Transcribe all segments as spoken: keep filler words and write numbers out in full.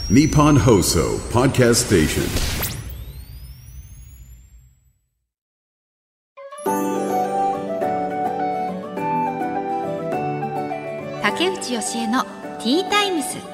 Nippon Hoso Podcast Station。 竹内義恵のティータイムス。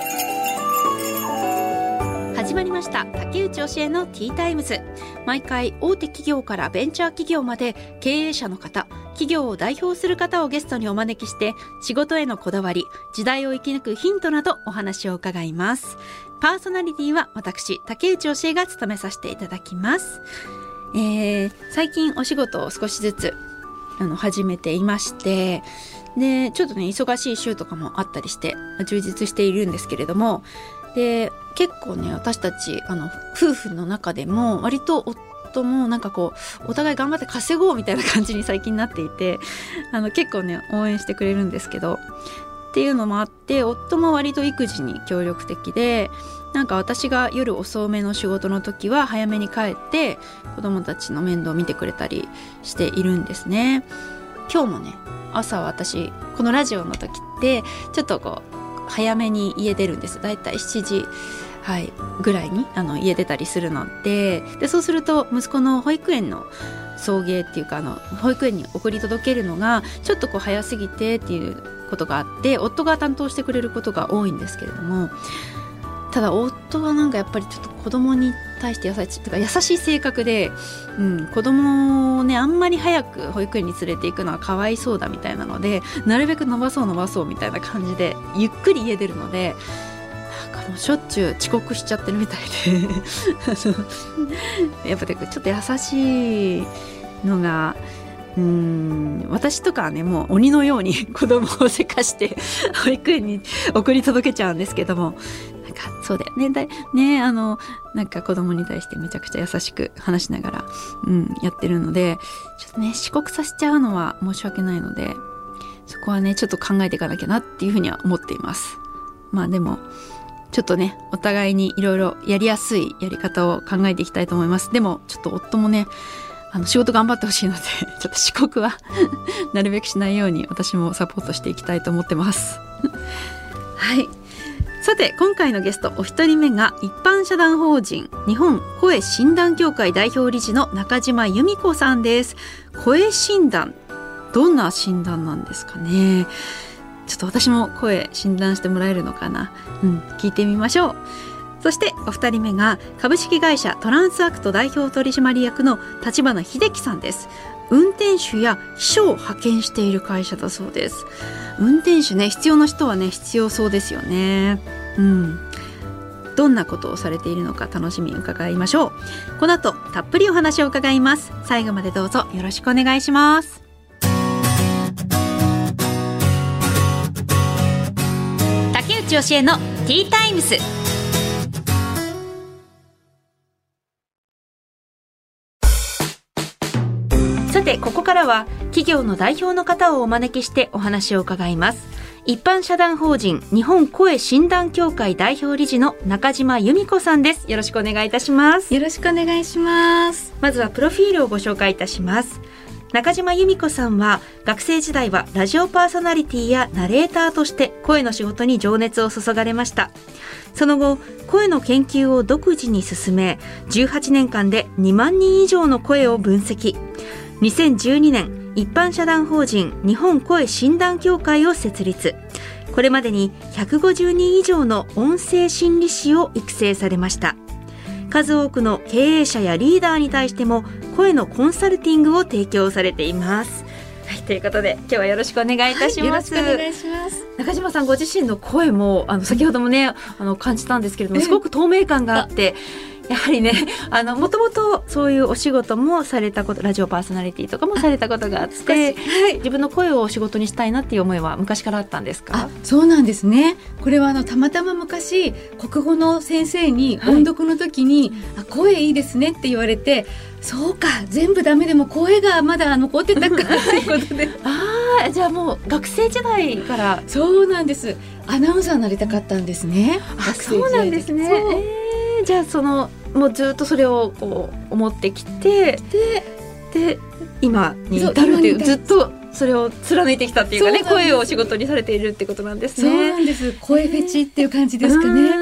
始まりました。竹内義恵のティータイムズ。毎回大手企業からベンチャー企業まで経営者の方、企業を代表する方をゲストにお招きして、仕事へのこだわり、時代を生き抜くヒントなどお話を伺います。パーソナリティは私竹内義恵が務めさせていただきます。えー、最近お仕事を少しずつあの始めていまして、でちょっとね忙しい週とかもあったりして充実しているんですけれども、で結構ね私たちあの夫婦の中でも割と夫もなんかこうお互い頑張って稼ごうみたいな感じに最近なっていて、あの結構ね応援してくれるんですけど、っていうのもあって夫も割と育児に協力的で、なんか私が夜遅めの仕事の時は早めに帰って子供たちの面倒を見てくれたりしているんですね。今日もね朝私このラジオの時ってちょっとこう早めに家出るんです。だいたいしちじ、はい、ぐらいにあの家出たりするので、でそうすると息子の保育園の送迎っていうかあの保育園に送り届けるのがちょっとこう早すぎてっていうことがあって、夫が担当してくれることが多いんですけれども、ただ夫はなんかやっぱりちょっと子供に対して優しいとか優しい性格で、うん、子供をねあんまり早く保育園に連れて行くのはかわいそうだみたいなので、なるべく伸ばそう伸ばそうみたいな感じでゆっくり家出るので、なんかもうしょっちゅう遅刻しちゃってるみたいでやっぱりちょっと優しいのが、うーん私とかはねもう鬼のように子供をせかして保育園に送り届けちゃうんですけども、なんかそうだよね、だねあのなんか子供に対してめちゃくちゃ優しく話しながら、うん、やってるので、ちょっとね遅刻させちゃうのは申し訳ないので、そこはねちょっと考えていかなきゃなっていうふうには思っています。まあでもちょっとねお互いにいろいろやりやすいやり方を考えていきたいと思います。でもちょっと夫もねあの仕事頑張ってほしいのでちょっと遅刻はなるべくしないように私もサポートしていきたいと思ってますはい、さて今回のゲストお一人目が一般社団法人日本声診断協会代表理事の中島由美子さんです。声診断、どんな診断なんですかね。ちょっと私も声診断してもらえるのかな、うん、聞いてみましょう。そしてお二人目が株式会社トランスアクト代表取締役の立花秀樹さんです。運転手や秘書を派遣している会社だそうです。運転手ね必要な人はね必要そうですよね。うん、どんなことをされているのか楽しみに伺いましょう。この後たっぷりお話を伺います。最後までどうぞよろしくお願いします。竹内義恵のティータイムス。さてここからは企業の代表の方をお招きしてお話を伺います。一般社団法人日本声診断協会代表理事の中島由美子さんです。よろしくお願いいたします。 よろしくお願いします。 まずはプロフィールをご紹介いたします。中島由美子さんは学生時代はラジオパーソナリティやナレーターとして声の仕事に情熱を注がれました。その後声の研究を独自に進めじゅうはちねんかんでにまんにん以上の声を分析。にせんじゅうにねん一般社団法人日本声診断協会を設立。これまでにひゃくごじゅうにん以上の音声心理師を育成されました。数多くの経営者やリーダーに対しても声のコンサルティングを提供されています。はい、ということで今日はよろしくお願いいたします。 はい、よろしくお願いします。 中島さんご自身の声もあの先ほどもねあの感じたんですけれども、すごく透明感があってやはりねあのもともとそういうお仕事もされたこと、ラジオパーソナリティとかもされたことがあって、はい、自分の声を仕事にしたいなっていう思いは昔からあったんですか？ あ、そうなんですね。これはあのたまたま昔国語の先生に音読の時に、はい、あ声いいですねって言われて、そうか全部ダメでも声がまだ残ってたかということであじゃあもう学生時代から。 そうなんです。アナウンサーになりたかったんですね。 あ、そうなんですね。えー、じゃあそのもうずっとそれをこう思ってきてでで今に至るっていう、ずっとそれを貫いてきたっていうかね、声を仕事にされているってことなんですね。 そうなんです。声フェチっていう感じですかね。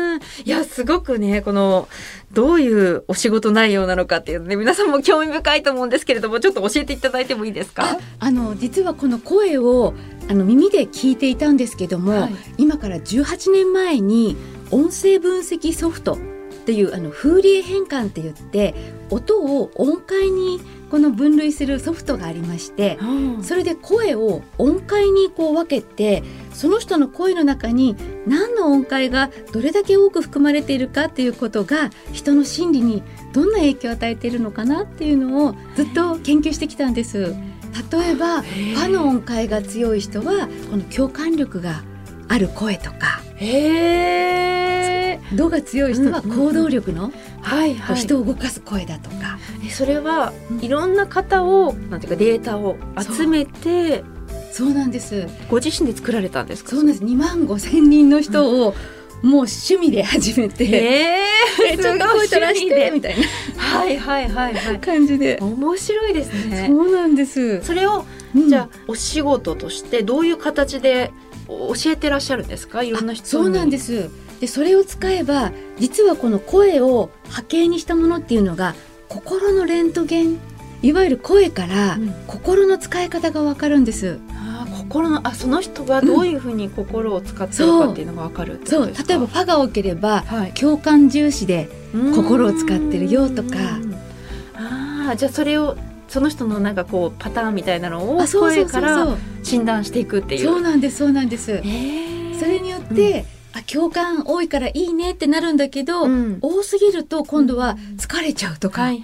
いやすごくねこのどういうお仕事内容なのかっていうのね皆さんも興味深いと思うんですけれどもちょっと教えていただいてもいいですか？ ああの実はこの声をあの耳で聞いていたんですけども、はい、今からじゅうはちねんまえに音声分析ソフトっていうあのフーリエ変換って言って音を音階にこの分類するソフトがありまして、うん、それで声を音階にこう分けてその人の声の中に何の音階がどれだけ多く含まれているかっていうことが人の心理にどんな影響を与えているのかなっていうのをずっと研究してきたんです。例えばファの音階が強い人はこの共感力がある声とか、へー、度が強い人は行動力の、うんうんうん、はいはい、人を動かす声だとか。 えそれはいろんな方をなんていうかデータを集めて、 そう、そうなんです。 ご自身で作られたんですか？ そうなんです。にまんごせんにんの人を、うん、もう趣味で始めて、えー、ちょっと声取らしてみたいなはいはいはいはい感じで面白いですね。 そうなんです。 それを、うん、じゃあお仕事としてどういう形で教えてらっしゃるんですか？いろんな人に。 そうなんです。でそれを使えば実はこの声を波形にしたものっていうのが心のレントゲン、いわゆる声から心の使い方が分かるんです、うん、 あ心のあその人がどういうふうに心を使ってるかっていうのが分かるってことですか？ そう、例えばファが多ければ、はい、共感重視で心を使ってるよとか。 あじゃあそれをその人のなんかこうパターンみたいなのを声から診断していくっていう。 そうなんですそうなんです。それによって、うんあ共感多いからいいねってなるんだけど、うん、多すぎると今度は疲れちゃうとかあって、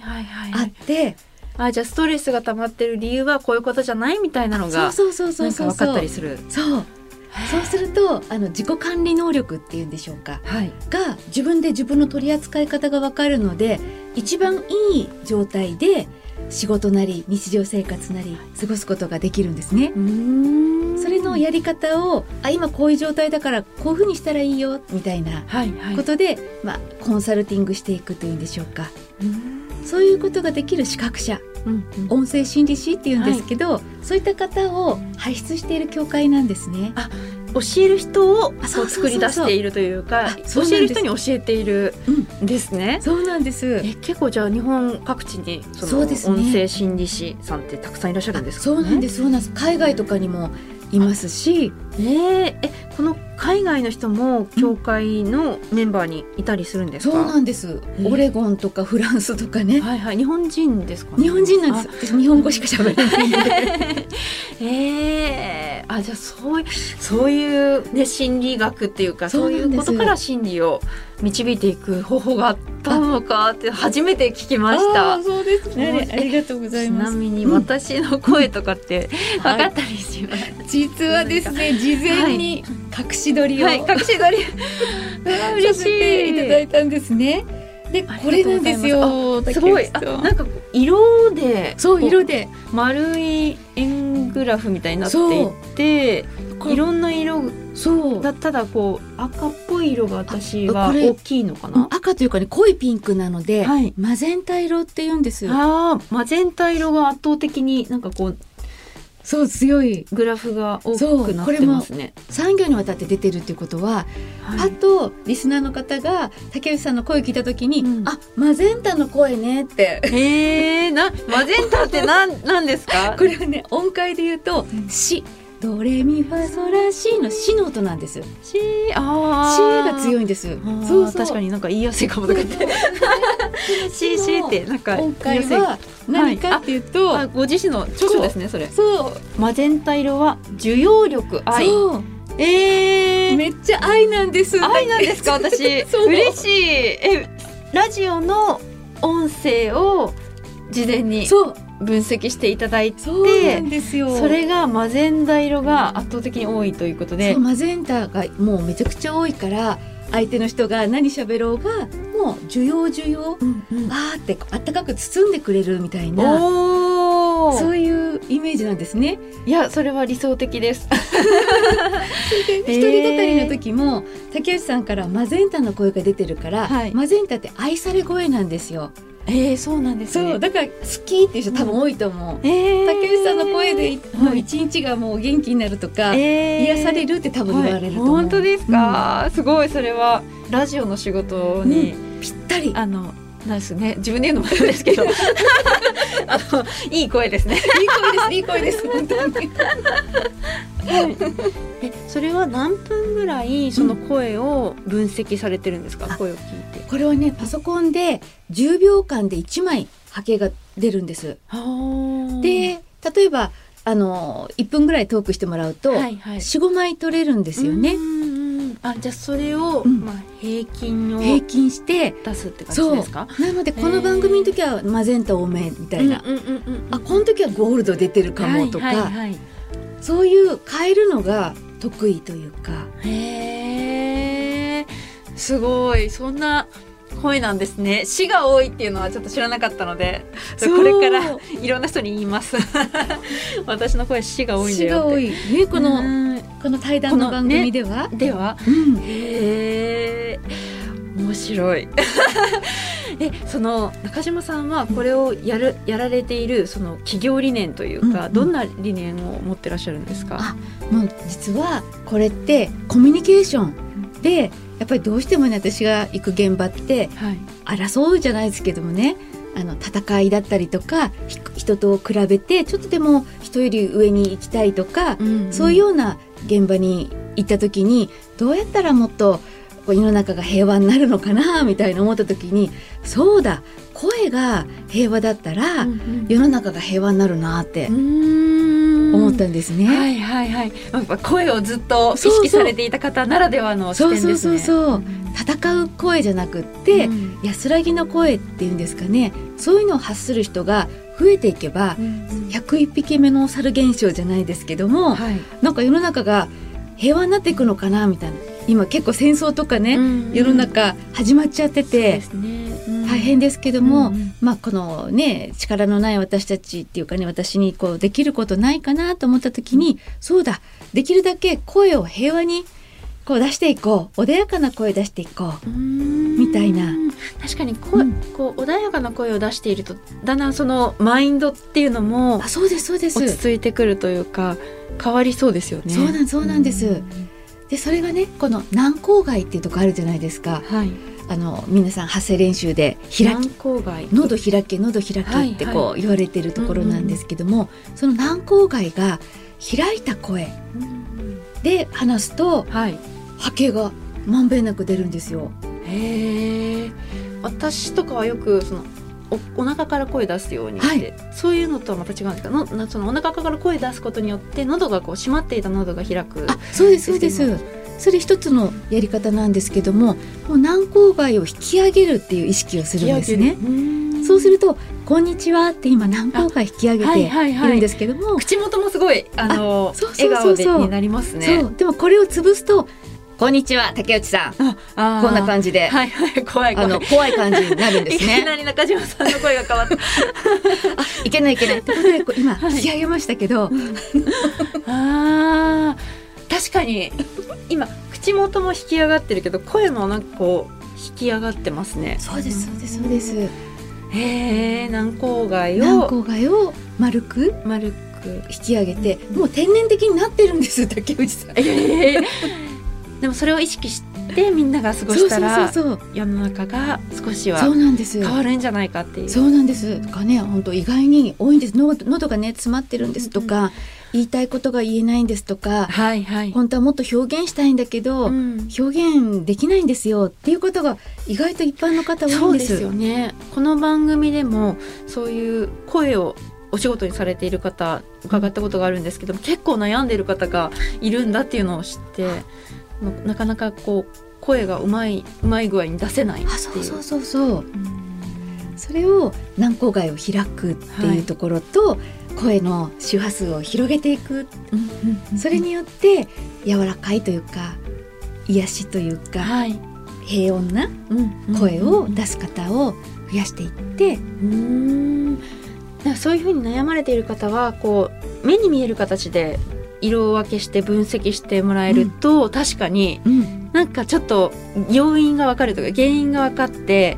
あじゃあストレスが溜まってる理由はこういうことじゃないみたいなのがなんか分かったりする。 そうそうするとあの自己管理能力っていうんでしょうか、はい、が自分で自分の取り扱い方が分かるので一番いい状態で仕事なり日常生活なり過ごすことができるんですね。うーんそれのやり方をあ今こういう状態だからこういうふうにしたらいいよみたいなことで、はいはいまあ、コンサルティングしていくというんでしょうか。うそういうことができる資格者、うんうん、音声心理師っていうんですけど、はい、そういった方を輩出している協会なんですね。 あ教える人をそう作り出しているというか教える人に教えているんですね、 うん、そうなんです。 え結構じゃあ日本各地にその音声心理師さんってたくさんいらっしゃるんですか？ そうなんですそうなんです。海外とかにもいますし、 えー、えこの海外の人も協会のメンバーにいたりするんですか？ そうなんです。オレゴンとかフランスとかね、 はいはい、日本人ですかね？ 日本人なんです。私日本語しか喋れないのでえー、あじゃあそういうそういう、ね、心理学っていうかそういうことから心理を導いていく方法があったのかって初めて聞きました。 あそうですね。ありがとうございます。 ちなみに私の声とかって分かったりします、 うんはい、実はですね事前に隠し撮りを、 はいはい、隠し撮り嬉しいいただいたんですね。でこれなんですよ。 すごいあなんか色でそう色で丸い円グラフみたいになっていっていろんな色そうだただこう赤っぽい色が私は大きいのかな。 赤というかね濃いピンクなので、はい、マゼンタ色って言うんですよ。 あマゼンタ色が圧倒的になんかこうそう強いグラフが大きくなってますね。 さん行にわたって出てるっていうことは、はい、あとリスナーの方が竹内さんの声を聞いた時に、うん、あマゼンタの声ねってへーなマゼンタって何なんですか？ これはね音階で言うと、うん、シドレミファソラシのシの音なんです。 シあシが強いんです。 そうそう確かになんか言いやすいかもとかってシシってなんか音階は何かっていうと、 はい、あご自身の著書ですねそれ。 そうマゼンタ色は受容力愛。そうえー、 めっちゃ愛なんです。 愛なんですか私嬉しい。えラジオの音声を事前にそう分析していただいてそうなんですよ。 それがマゼンタ色が圧倒的に多いということでそうマゼンタがもうめちゃくちゃ多いから相手の人が何喋ろうがもう受容受容、うんうん、あーってあったかく包んでくれるみたいなおそういうイメージなんですね。 いやそれは理想的です。 一人語りの時も竹内さんからマゼンタの声が出てるから、はい、マゼンタって愛され声なんですよ。 えー、そうなんですね。 そうだから好きっていう人多分多いと思う、うん、 えー、 竹内さんの声でもう一日がもう元気になるとか、えー、癒されるって多分言われると思う、 はい、本当ですか、うん、すごい。それはラジオの仕事に、 うん、ぴったり。 あのなんですね、自分で言うのもあるんですけどあのいい声ですね。 いい声ですいい声です本当にはい、えそれは何分ぐらいその声を分析されてるんですか、うん、声を聞いて。 これはねパソコンでじゅうびょうかんでいちまい波形が出るんです。で例えばあのいっぷんぐらいトークしてもらうと、はいはい、よん、ごまい取れるんですよね。 あじゃあそれを、うんまあ、平均を平均して出すって感じですか。 なのでこの番組の時はマゼンタ多めみたいな、あこの時はゴールド出てるかもとか、はいはいはい、そういう変えるのが得意というか。 へーすごい。そんな声なんですね。詩が多いっていうのはちょっと知らなかったので、これからいろんな人に言います私の声詩が多いんだよって。詩が多い、ね、このこの対談の番組では、 ね、では、うん、へー面白いえその中島さんはこれをやるやられているその企業理念というか、うんうん、どんな理念を持ってらっしゃるんですか。 あもう実はこれってコミュニケーションでやっぱりどうしてもね私が行く現場って、はい、争うじゃないですけどもね、あの戦いだったりとか人と比べてちょっとでも人より上に行きたいとか、うんうん、そういうような現場に行った時にどうやったらもっと世の中が平和になるのかなみたいな思った時に、そうだ声が平和だったら、うんうん、世の中が平和になるなって思ったんですね。 はいはいはい。やっぱ声をずっと意識されていた方ならではの視点ですね。そうそうそうそう、うん、 戦う声じゃなくって、うん、安らぎの声っていうんですかね、そういうのを発する人が増えていけば、うん、ひゃくいっぴきめの猿現象じゃないですけども、はい、なんか世の中が平和になっていくのかなみたいな。今結構戦争とかね、うんうん、世の中始まっちゃってて、そうですね、うん、大変ですけども、うんうん、まあこのね力のない私たちっていうかね、私にこうできることないかなと思った時に、そうだできるだけ声を平和にこう出していこう、穏やかな声出していこうみたいな。 確かに声、うん、こう穏やかな声を出しているとだんだんそのマインドっていうのもあそうですそうです落ち着いてくるというか変わりそうですよね。 そうなんそうなんです、うん、でそれがねこの軟口蓋っていうとこあるじゃないですか、はい、あの皆さん発声練習で開き喉開け喉開けってこう言われてるところなんですけども、はいはい、その軟口蓋が開いた声で話すと、はい、波形がまんべんなく出るんですよ。 へー、私とかはよくその お, お腹から声出すようにして、はい、そういうのとはまた違うんですか。のそのお腹から声出すことによって喉がこう閉まっていた喉が開く。 あ、そうですそうです。それ一つのやり方なんですけども、もう軟口蓋を引き上げるっていう意識をするんですね。そうするとこんにちはって今軟口蓋引き上げているんですけども、はいはいはい、 口元もすごいあのそうそうそうそう笑顔でになりますね。 そうでもこれを潰すとこんにちは竹内さん、あこんな感じで、 はいはい、怖い怖いあの怖い感じになるんですね。 いきなり中島さんの声が変わったあいけないいけないってことでこう今引き上げましたけど、はい、 あ確かに今口元も引き上がってるけど声もなんかこう引き上がってますね。 そうですそうですそうです。 へー、軟口蓋を軟口蓋を丸く丸く引き上げて、もう天然的になってるんです竹内さん。えーでもそれを意識してみんなが過ごしたら世の中が少しは変わるんじゃないかっていう。 そうなんですかね。本当意外に多いんです。喉、喉がね詰まってるんですとか、うんうん、言いたいことが言えないんですとか、はいはい、本当はもっと表現したいんだけど、うん、表現できないんですよっていうことが意外と一般の方多いんです。 そうですよね。この番組でもそういう声をお仕事にされている方伺ったことがあるんですけど、結構悩んでいる方がいるんだっていうのを知って、なかなかこう声がうまいうまい具合に出せないっていう。あ、そうそうそうそう、うん、それを軟口蓋を開くっていうところと、はい、声の周波数を広げていく、うんうんうん、それによって柔らかいというか癒しというか、はい、平穏な声を出す方を増やしていって、うんうんうん、 だからそういうふうに悩まれている方はこう目に見える形で色分けして分析してもらえると、うん、確かになんかちょっと要因が分かるとか原因が分かって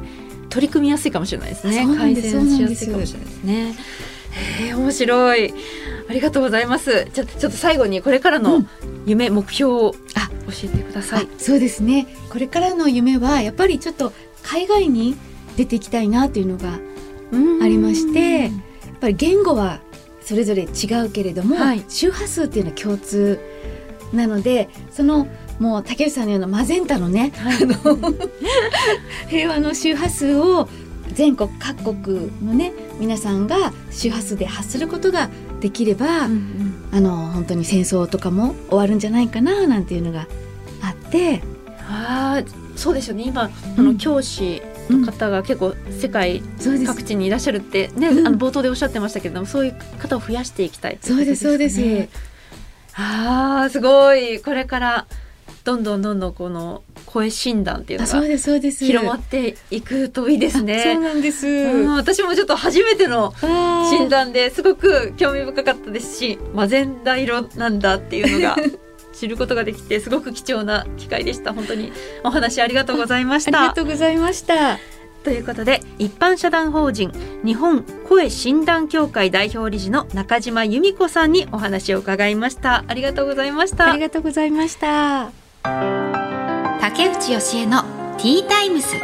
取り組みやすいかもしれないですね。改善しやすいかもしれないですね。へー、面白い。ありがとうございます。じゃちょっと最後にこれからの夢、うん、目標を教えてください。 そうですね、これからの夢はやっぱりちょっと海外に出ていきたいなというのがありまして、やっぱり言語はそれぞれ違うけれども、はい、周波数っていうのは共通なので、そのもう竹内さんのようなマゼンタのね、はい、あの平和の周波数を全国各国のね皆さんが周波数で発することができれば、うんうん、あの本当に戦争とかも終わるんじゃないかななんていうのがあって、 あそうですよね。今、うん、あの教師の方が結構世界各地にいらっしゃるってね、うん、あの冒頭でおっしゃってましたけれども、そういう方を増やしていきたい、ね、 そうですそうです。 あーすごい。これからどんどんどんどんこの声診断っていうのが広まっていくといいですね。 そうなんです、 うん、私もちょっと初めての診断ですごく興味深かったですし、マゼンダ色なんだっていうのが知ることができてすごく貴重な機会でした。本当にお話ありがとうございました。 ありがとうございました。 ということで、一般社団法人日本声診断協会代表理事の中島由美子さんにお話を伺いました。ありがとうございました。 ありがとうございました。 竹内義恵のティータイムス。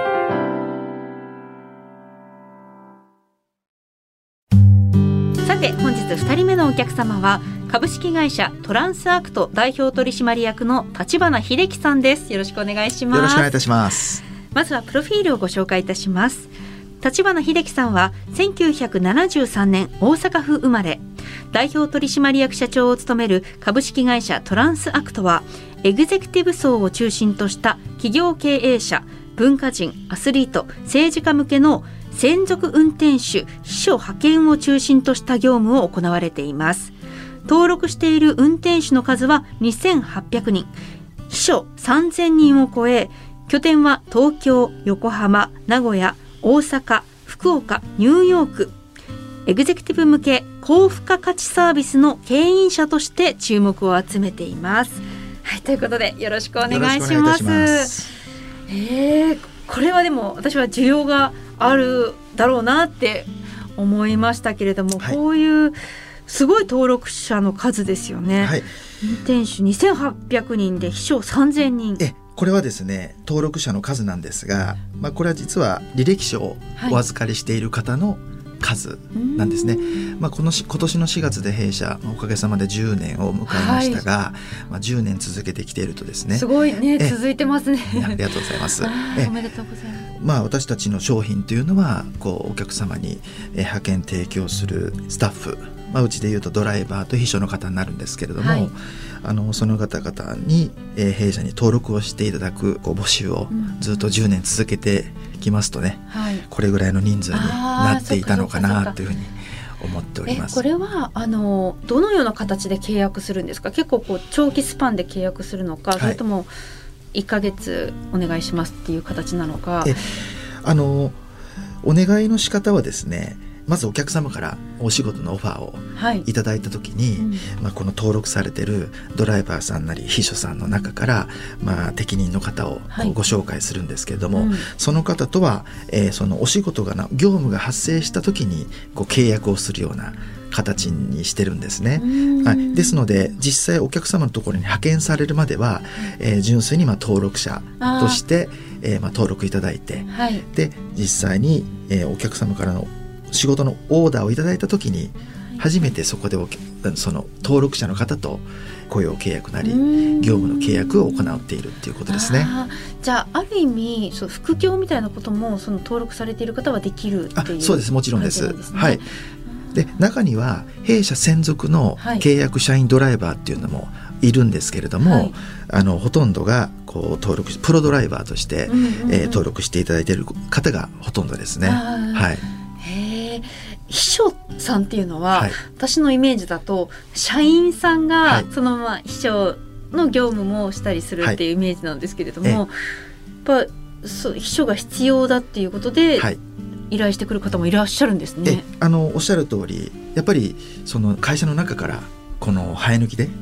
さて本日ふたりめのお客様は株式会社トランスアクト代表取締役の立花秀樹さんです。よろしくお願いします。 よろしくお願いいたします。 まずはプロフィールをご紹介いたします。立花秀樹さんはせんきゅうひゃくななじゅうさんねん大阪府生まれ、代表取締役社長を務める株式会社トランスアクトはエグゼクティブ層を中心とした企業経営者、文化人、アスリート、政治家向けの専属運転手、秘書派遣を中心とした業務を行われています。登録している運転手の数はにせんはっぴゃくにん、秘書さんぜんにんを超え、拠点は東京、横浜、名古屋、大阪、福岡、ニューヨーク。エグゼクティブ向け高付加価値サービスの牽引者として注目を集めています。はい、ということでよろしくお願いします。ますえー、これはでも私は需要があるだろうなって思いましたけれども、はい、こういうすごい登録者の数ですよね。はい、運転手にせんはっぴゃくにんで秘書さんぜんにん。 えこれはですね、登録者の数なんですが、まあ、これは実は履歴書をお預かりしている方の数なんですね。はい、まあ、このし今年のしがつで弊社おかげさまでじゅうねんを迎えましたが、はい、まあ、じゅうねん続けてきているとですね、 すごいね、続いてますね。 ありがとうございます。 おめでとうございます。 まあ、私たちの商品というのはこうお客様に派遣提供するスタッフ、まあ、うちでいうとドライバーと秘書の方になるんですけれども、はい、あのその方々に、えー、弊社に登録をしていただくこう募集をずっとじゅうねん続けてきますとね、はい、これぐらいの人数になっていたのかなというふうに思っております。 えこれはあのどのような形で契約するんですか？結構こう長期スパンで契約するのか、はい、それともいっかげつお願いしますっていう形なのか。 えあのお願いの仕方はですね、まずお客様からお仕事のオファーをいただいたときに、はい、うん、まあ、この登録されているドライバーさんなり秘書さんの中から、まあ、適任の方をご紹介するんですけれども、はい、うん、その方とは、えー、そのお仕事がな業務が発生したときにこう契約をするような形にしてるんですね。はい、ですので実際お客様のところに派遣されるまでは、えー、純粋にまあ登録者として、えー、まあ登録いただいて、はい、で実際に、えー、お客様からの仕事のオーダーをいただいたときに初めてそこでその登録者の方と雇用契約なり業務の契約を行っているっていうことですね。 あじゃあある意味そう副業みたいなこともその登録されている方はできるっていう、 あそうです、もちろんです。はい、で中には弊社専属の契約社員ドライバーっていうのもいるんですけれども、はい、あのほとんどがこう登録プロドライバーとして、うんうんうん、えー、登録していただいている方がほとんどですね。はい、 へ秘書さんっていうのは、はい、私のイメージだと社員さんがそのまま秘書の業務もしたりするっていうイメージなんですけれども、はい、やっぱそう秘書が必要だっていうことで、はい、依頼してくる方もいらっしゃるんですね。 えあのおっしゃる通り、やっぱりその会社の中からこの生え抜きで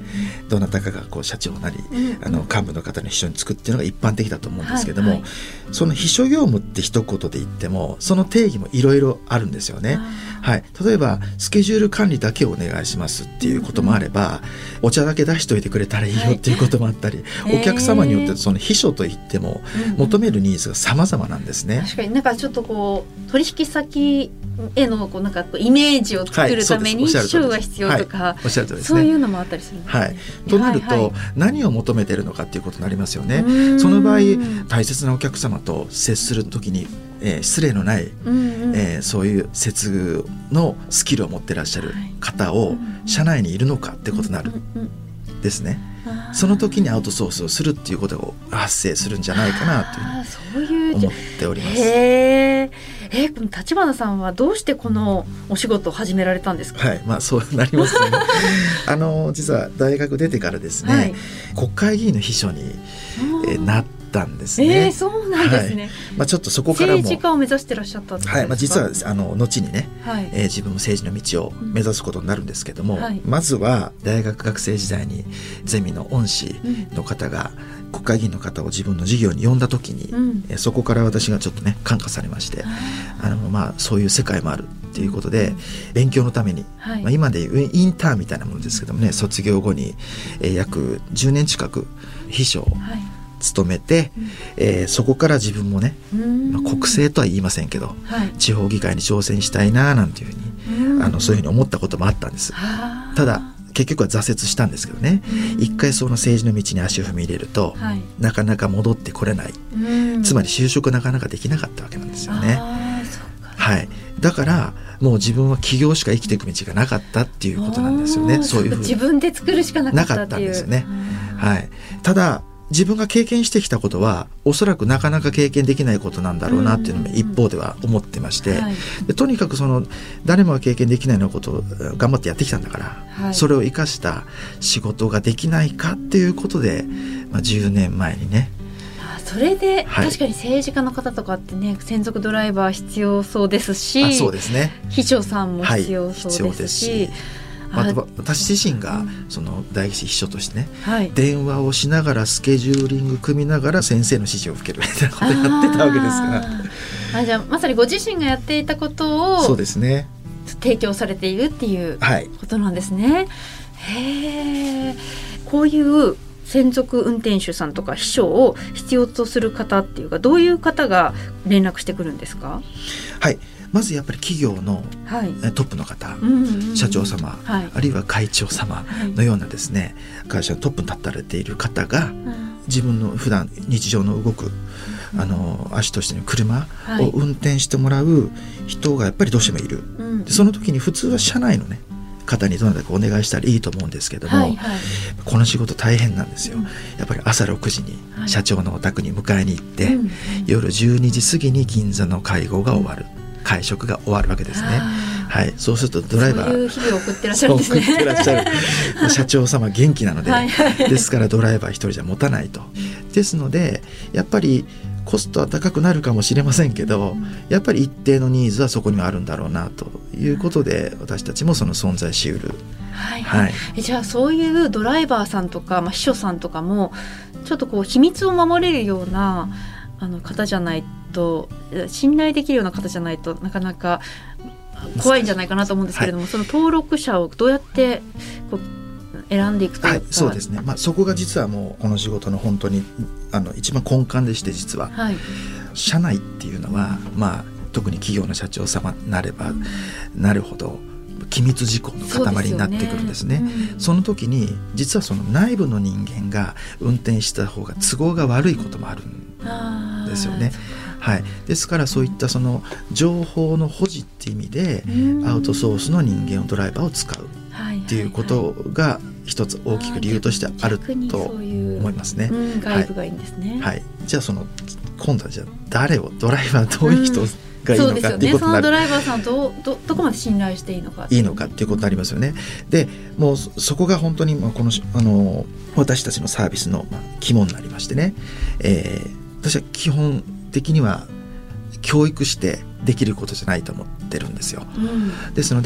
どなたかがこう社長なり、 うん、 あの幹部の方の秘書につくっていうのが一般的だと思うんですけども、 はいはい、 その秘書業務って一言で言ってもその定義もいろいろあるんですよね。はい、例えばスケジュール管理だけお願いしますっていうこともあれば、うん、お茶だけ出しといてくれたらいいよっていうこともあったり、はい、お客様によってその秘書といっても求めるニーズが様々なんですね。 確かになんかちょっとこう取引先へのこうなんかこうイメージを作るために秘書が必要とか、 おっしゃる通りですね。 そういうのもあったりするんですね。 はい、となると、はいはい、何を求めてるのかっていうことになりますよね。その場合大切なお客様と接するときに、えー、失礼のない、うんうんえー、そういう接遇のスキルを持ってらっしゃる方を社内にいるのかってことになるですね。その時にアウトソースをするっていうことが発生するんじゃないかなというふうに思っております。 へーえー、この立花さんはどうしてこのお仕事を始められたんですか？ はい、まあそうなりますよね。あの実は大学出てからですね、はい、国会議員の秘書に、えー、なったんですね。 えー、そうなんですね。 はい、まあ、ちょっとそこからも政治家を目指してらっしゃったんですか？ はい、まあ、実はあの後にね、はいえー、自分も政治の道を目指すことになるんですけども、うんはい、まずは大学学生時代にゼミの恩師の方が、うん国会議員の方を自分の授業に呼んだ時に、うんえそこから私がちょっとね感化されまして、あの、まあ、そういう世界もあるっていうことで、うん、勉強のために、はいまあ、今でいうインターンみたいなものですけどもね、卒業後に、えー、約じゅうねん近く秘書を務めて、はいえー、そこから自分もね、まあ、国政とは言いませんけど、はい、地方議会に挑戦したいななんていうふうにあのそういうふうに思ったこともあったんです。ただ結局は挫折したんですけどね、一回その政治の道に足を踏み入れると、はい、なかなか戻ってこれない、つまり就職なかなかできなかったわけなんですよね。はい、だからもう自分は起業しか生きていく道がなかったっていうことなんですよね。そういうふうに自分で作るしかなかったっていうなかったんですよね。はい、ただ自分が経験してきたことはおそらくなかなか経験できないことなんだろうなっていうのも一方では思ってまして、はい、でとにかくその誰もが経験できないようなことを頑張ってやってきたんだから、はい、それを生かした仕事ができないかっていうことで、まあ、じゅうねんまえにねそれで、はい、確かに政治家の方とかってね専属ドライバー必要そうですし、 あそうですね、 秘書さんも必要そうですし、はい必要ですしまあ、私自身がその代議士秘書としてね、はい、電話をしながらスケジューリング組みながら先生の指示を受けるみたいなことをやってたわけですからああじゃあまさにご自身がやっていたことをそうですね提供されているっていうことなんですね、はい、へえこういう専属運転手さんとか秘書を必要とする方っていうかどういう方が連絡してくるんですか？ はいまずやっぱり企業のトップの方、はい、社長様、はい、あるいは会長様のようなですね、はい、会社のトップに立たれている方が、うん、自分の普段日常の動く、うん、あの足としての車を運転してもらう人がやっぱりどうしてもいる、うん、でその時に普通は社内のね方にどなたかお願いしたらいいと思うんですけども、はいはい、この仕事大変なんですよ、うん、やっぱり朝ろくじに社長のお宅に迎えに行って、はい、夜じゅうにじ過ぎに銀座の会合が終わる、会食が終わるわけですね。はい、そうするとドライバーそういう日々を送ってらっしゃるんですね。 送ってらっしゃる社長様元気なのではい、はい、ですからドライバー一人じゃ持たないと。ですのでやっぱりコストは高くなるかもしれませんけど、うん、やっぱり一定のニーズはそこにはあるんだろうなということで、私たちもその存在しうる、 はいはい、えじゃあそういうドライバーさんとか、まあ、秘書さんとかもちょっとこう秘密を守れるようなあの方じゃないと信頼できるような方じゃないとなかなか怖いんじゃないかなと思うんですけれども、はい、その登録者をどうやってこう選んでいくというか、はい、 そうですね、まあ、そこが実はもうこの仕事の本当にあの一番根幹でして、実は、はい、社内っていうのは、まあ、特に企業の社長様になればなるほど機密事項の塊になってくるんですね。 そ, ですよね、うん、その時に実はその内部の人間が運転した方が都合が悪いこともあるんですよね。はい、ですからそういったその情報の保持っていう意味でアウトソースの人間をドライバーを使うっていうことが一つ大きく理由としてあると思いますね。 うん、外部がいいんですね。 はいはい、じゃあその今度はじゃあ誰をドライバーどういう人を、うんがいいのかっていうことになる。 そうですよね。そのドライバーさんど ど, どこまで信頼していいのかいいのかっていうことになりますよね。でもうそこが本当にこのあの私たちのサービスの肝になりましてね、えー、私は基本的には教育してできることじゃないと思ってるんですよ、うん、ですので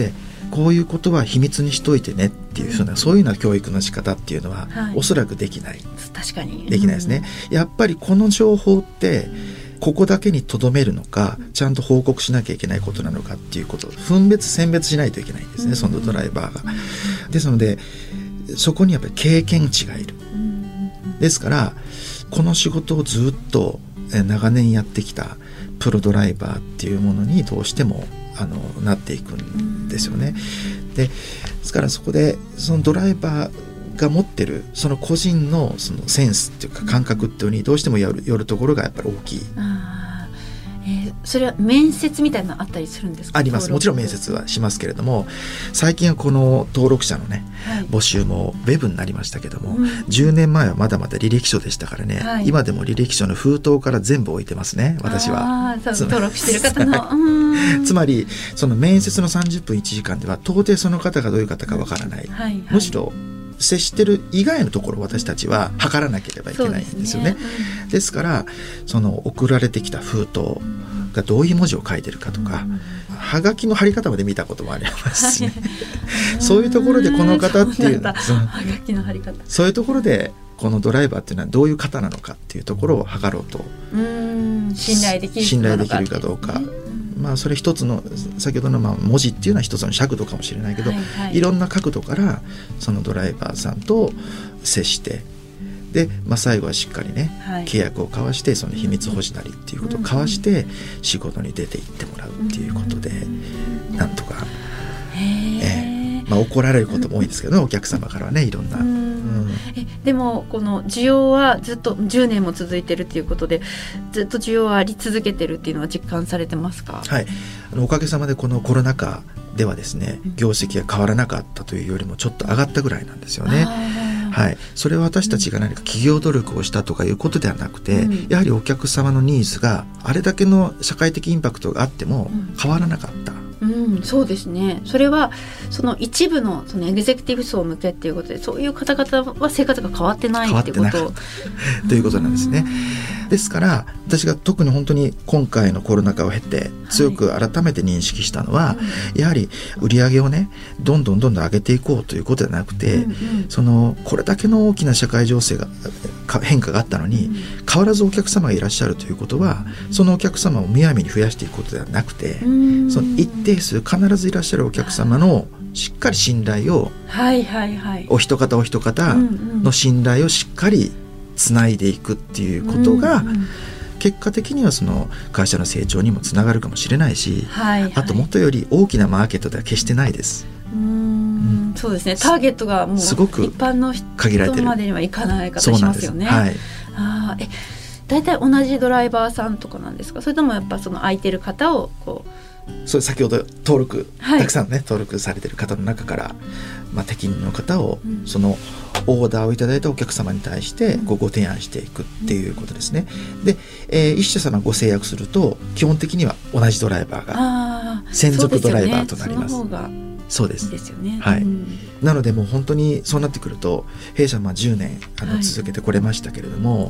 こういうことは秘密にしといてねっていうふうな、そういうような教育の仕方っていうのは、 はい、 おそらくできない。 確かにできないですね、うん、やっぱりこの情報ってここだけに留めるのか、ちゃんと報告しなきゃいけないことなのかっていうことを分別選別しないといけないんですね、うん、そのドライバーが。ですのでそこにやっぱり経験値がいる。ですからこの仕事をずっと長年やってきたプロドライバーっていうものにどうしてもあのなっていくんですよね。でですからそこでそのドライバーが持ってるその個人のそのセンスっていうか感覚っていうのにどうしてもよる、よるところがやっぱり大きい。 あ、えー、それは面接みたいなのあったりするんですか？ あります。もちろん面接はしますけれども、最近はこの登録者のね、はい、募集もウェブになりましたけども、うん、じゅうねんまえはまだまだ履歴書でしたからね、はい、今でも履歴書の封筒から全部置いてますね、私は。 あ、登録してる方のつまりその面接のさんじゅっぷんいちじかんでは到底その方がどういう方かわからない、はいはい、むしろ接してる以外のところを私たちは測らなければいけないんですよね。ですね、うん、ですからその送られてきた封筒がどういう文字を書いてるかとか、うん、はがきの貼り方まで見たこともありますしね、はい、そういうところでこの方っていうはがきの貼り方、 そういうところでこのドライバーっていうのはどういう方なのかっていうところを測ろうと、 うーん、信頼できる信頼できるかどうか、まあ、それ一つの先ほどのまあ文字っていうのは一つの尺度かもしれないけど、はいはい、いろんな角度からそのドライバーさんと接してで、まあ、最後はしっかりね、はい、契約を交わしてその秘密保持なりっていうことを交わして仕事に出て行ってもらうっていうことで、なんとか、えーまあ、怒られることも多いですけど、お客様からはね、いろんな、うん、 えでもこの需要はずっとじゅうねんも続いてるっていうことで、ずっと需要はあり続けてるっていうのは実感されてますか？ はい、あのおかげさまでこのコロナ禍ではですね、業績が変わらなかったというよりもちょっと上がったぐらいなんですよね。はい、それは私たちが何か企業努力をしたとかいうことではなくて、うん、やはりお客様のニーズがあれだけの社会的インパクトがあっても変わらなかった、 うんうん、そうですね。それはその一部 の, そのエグゼクティブ層向けっていうことで、そういう方々は生活が変わってないっていうことということなんですね。ですから私が特に本当に今回のコロナ禍を経て強く改めて認識したのは、はい、やはり売り上げをねどんどんどんどん上げていこうということではなくて、うんうん、そのこれだけの大きな社会情勢が変化があったのに、うん、変わらずお客様がいらっしゃるということは、そのお客様をむやみに増やしていくことではなくて、うん、その一定数必ずいらっしゃるお客様のしっかり信頼を、はいはいはい、お一方お一方の信頼をしっかりつないでいくっていうことが、うんうん、結果的にはその会社の成長にもつながるかもしれないし、はいはい、あともっとより大きなマーケットでは決してないです。 うーん、うん、そうですね。ターゲットがもうすごく一般の人までにはいかない方しますよね。はい、あえだいたい同じドライバーさんとかなんですか？それともやっぱその空いてる方をこう、 そう先ほど登録、はい、たくさんね登録されている方の中から、まあ、適任の方を、うん、そのオーダーをいただいたお客様に対してごご提案していくっていうことですね。で、えー、一社様ご制約すると基本的には同じドライバーが専属ドライバーとなります。そうです。ですよね。はい。うん、なのでもう本当にそうなってくると、弊社はじゅうねんあの続けてこれましたけれども、はい、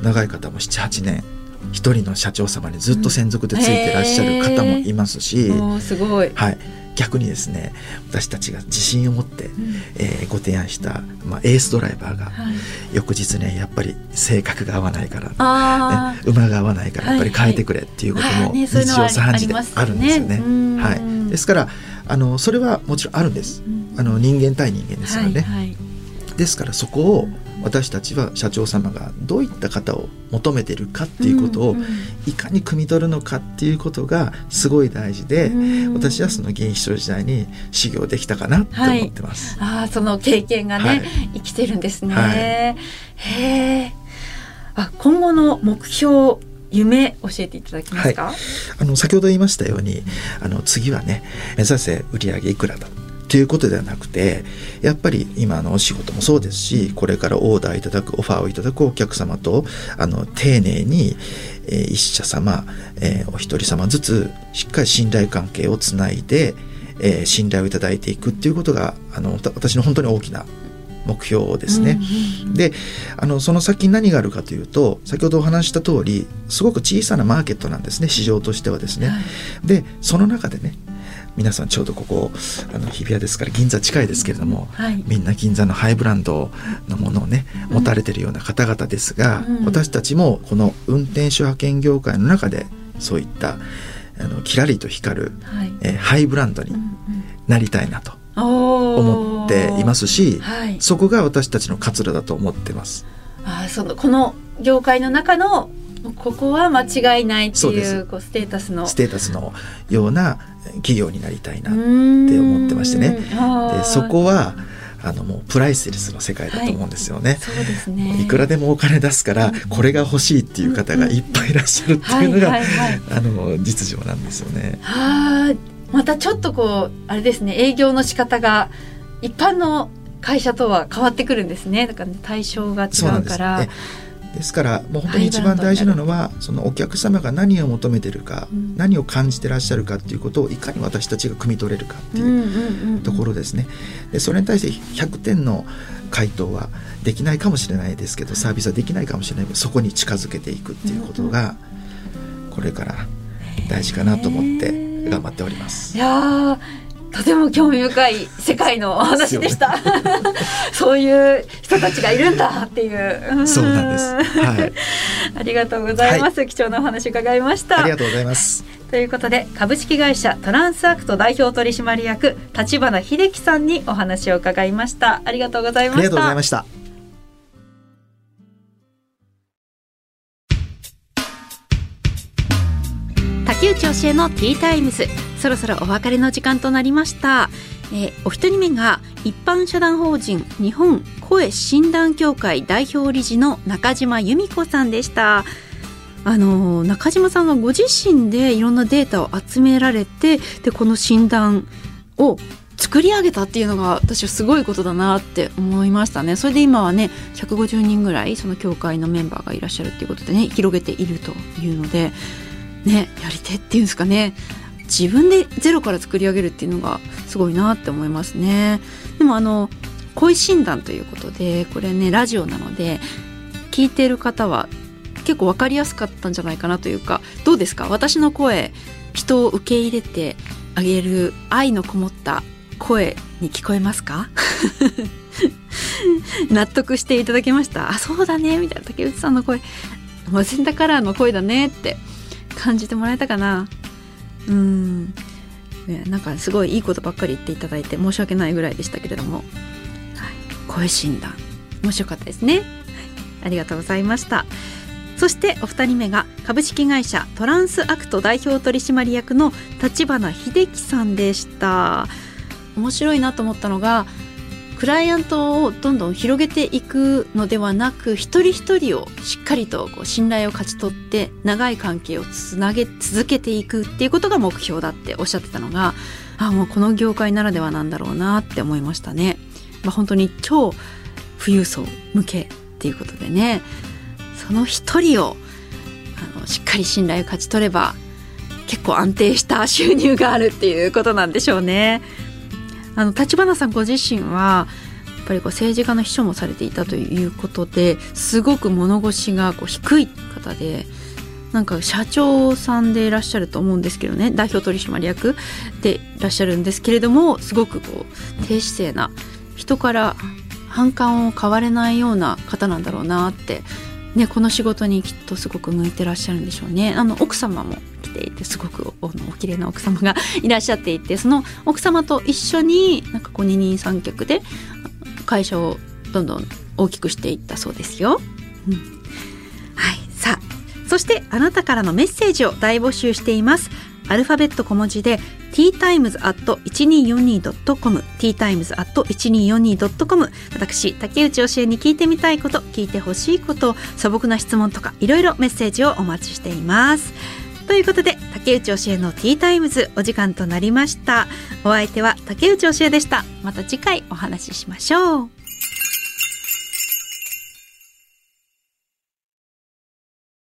長い方もななはちねん一人の社長様にずっと専属でついてらっしゃる方もいますし、 うん、すごい。 はい。逆にですね、私たちが自信を持って、うんえー、ご提案した、まあ、エースドライバーが、はい、翌日ねやっぱり性格が合わないから、ね、馬が合わないからやっぱり変えてくれっていうことも日常茶飯事であるんですよね。はい、ですからあのそれはもちろんあるんです。あの人間対人間ですよね。はいはい、ですからそこを私たちは社長様がどういった方を求めているかっていうことをいかに汲み取るのかっていうことがすごい大事で、私はその現役秘書時代に修行できたかなって思ってます。 はい、あその経験がね、はい、生きてるんですね。はい、へえ。あ今後の目標夢教えていただけますか？はい、 あの先ほど言いましたようにあの次はね目指せ売上いくらだということではなくて、やっぱり今のお仕事もそうですし、これからオーダーいただくオファーをいただくお客様とあの丁寧に、えー、一社様、えー、お一人様ずつしっかり信頼関係をつないで、えー、信頼をいただいていくっていうことがあの私の本当に大きな目標ですね。うんうん、であのその先に何があるかというと、先ほどお話した通りすごく小さなマーケットなんですね、市場としてはですね。はい、でその中でね皆さんちょうどここあの日比谷ですから銀座近いですけれども、 はい、 みんな銀座のハイブランドのものをね持たれてるような方々ですが、 うん、 私たちもこの運転手派遣業界の中でそういったあのキラリと光る、はい、えー、ハイブランドになりたいなと思っていますし、はい、そこが私たちの活路だと思ってます。 あ、そのこの業界の中のここは間違いないっていう、こうステータスのステータスのような企業になりたいなって思ってましてね。でそこはあのもうプライスレスの世界だと思うんですよね。はい、そうですね。いくらでもお金出すから、うん、これが欲しいっていう方がいっぱいいらっしゃるっていうのが、あの実情なんですよね。 はあ、またちょっとこうあれですね、営業の仕方が一般の会社とは変わってくるんですね。だから、ね、対象が違うから。 ですからもう本当に一番大事なのはそのお客様が何を求めてるか、うん、何を感じてらっしゃるかっていうことをいかに私たちが汲み取れるかっていうところですね。でそれに対してひゃくてんの回答はできないかもしれないですけど、サービスはできないかもしれないけど、そこに近づけていくっていうことがこれから大事かなと思って頑張っております。 いやー、とても興味深い世界のお話でした。そういう人たちがいるんだっていう。 そうなんです。はい。 ありがとうございます。はい、貴重なお話伺いました。 ありがとうございます。 ということで株式会社トランスアクト代表取締役立花秀樹さんにお話を伺いました。ありがとうございました。 ありがとうございました。 竹内教えのティータイムズ、そろそろお別れの時間となりました。えー、お一人目が一般社団法人日本声診断協会代表理事の中島由美子さんでした。あのー、中島さんはご自身でいろんなデータを集められて、でこの診断を作り上げたっていうのが私はすごいことだなって思いましたね。それで今はねひゃくごじゅうにんぐらいその協会のメンバーがいらっしゃるっていうことでね、広げているというのでね、やり手っていうんですかね、自分でゼロから作り上げるっていうのがすごいなって思いますね。でもあの声診断ということで、これねラジオなので聞いている方は結構分かりやすかったんじゃないかなというか、どうですか、私の声、人を受け入れてあげる愛のこもった声に聞こえますか？納得していただけました？あ、そうだねみたいな、竹内さんの声マゼンダカラーの声だねって感じてもらえたかな。うーん、ね、なんかすごいいいことばっかり言っていただいて申し訳ないぐらいでしたけれども、はい、声診断面白かったですね、はい、ありがとうございました。そしてお二人目が株式会社トランスアクト代表取締役の立花秀樹さんでした。面白いなと思ったのが、クライアントをどんどん広げていくのではなく、一人一人をしっかりとこう信頼を勝ち取って長い関係をつなげ続けていくっていうことが目標だっておっしゃってたのが、あ、もうこの業界ならではなんだろうなって思いましたね。まあ、本当に超富裕層向けっていうことでね、その一人をあのしっかり信頼を勝ち取れば結構安定した収入があるっていうことなんでしょうね。あの立花さんご自身はやっぱりこう政治家の秘書もされていたということで、すごく物腰がこう低い方で、なんか社長さんでいらっしゃると思うんですけどね、代表取締役でいらっしゃるんですけれども、すごくこう低姿勢な、人から反感を買われないような方なんだろうなってね、この仕事にきっとすごく向いてらっしゃるんでしょうね。あの奥様も来ていて、すごく お, お綺麗な奥様がいらっしゃっていて、その奥様と一緒になんかこう二人三脚で会社をどんどん大きくしていったそうですよ、うん、はい。さあ、そしてあなたからのメッセージを大募集しています。アルファベット小文字で ティータイムズアットいちにーよんにードットコム ティータイムズアットいちにーよんにードットコム。 私竹内教えに聞いてみたいこと、聞いてほしいこと、素朴な質問とかいろいろメッセージをお待ちしています。ということで竹内教えのティータイムズ、お時間となりました。お相手は竹内教えでした。また次回お話ししましょう。